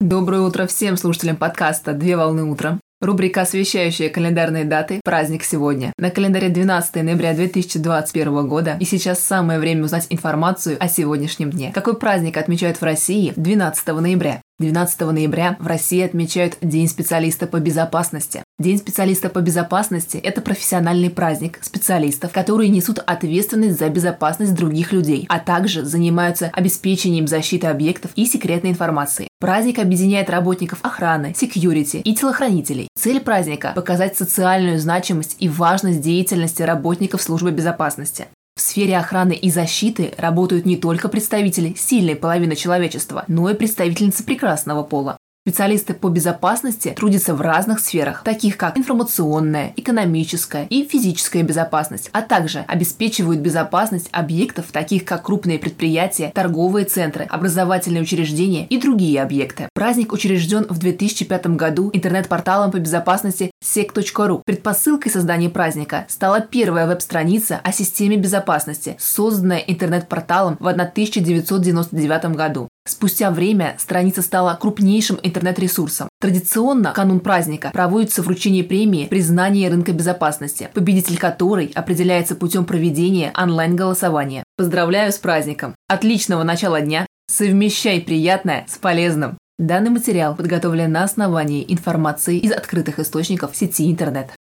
Доброе утро всем слушателям подкаста «Две волны утром». Рубрика, освещающая календарные даты «Праздник сегодня». На календаре 12 ноября 2021 года, и сейчас самое время узнать информацию о сегодняшнем дне. Какой праздник отмечают в России 12 ноября? 12 ноября в России отмечают День специалиста по безопасности. День специалиста по безопасности – это профессиональный праздник специалистов, которые несут ответственность за безопасность других людей, а также занимаются обеспечением защиты объектов и секретной информации. Праздник объединяет работников охраны, секьюрити и телохранителей. Цель праздника – показать социальную значимость и важность деятельности работников службы безопасности. В сфере охраны и защиты работают не только представители сильной половины человечества, но и представительницы прекрасного пола. Специалисты по безопасности трудятся в разных сферах, таких как информационная, экономическая и физическая безопасность, а также обеспечивают безопасность объектов, таких как крупные предприятия, торговые центры, образовательные учреждения и другие объекты. Праздник учрежден в 2005 году интернет-порталом по безопасности sec.ru. Предпосылкой создания праздника стала первая веб-страница о системе безопасности, созданная интернет-порталом в 1999 году. Спустя время страница стала крупнейшим интернет-ресурсом. Традиционно в канун праздника проводится вручение премии «Признание рынка безопасности», победитель которой определяется путем проведения онлайн-голосования. Поздравляю с праздником! Отличного начала дня! Совмещай приятное с полезным! Данный материал подготовлен на основании информации из открытых источников сети интернет.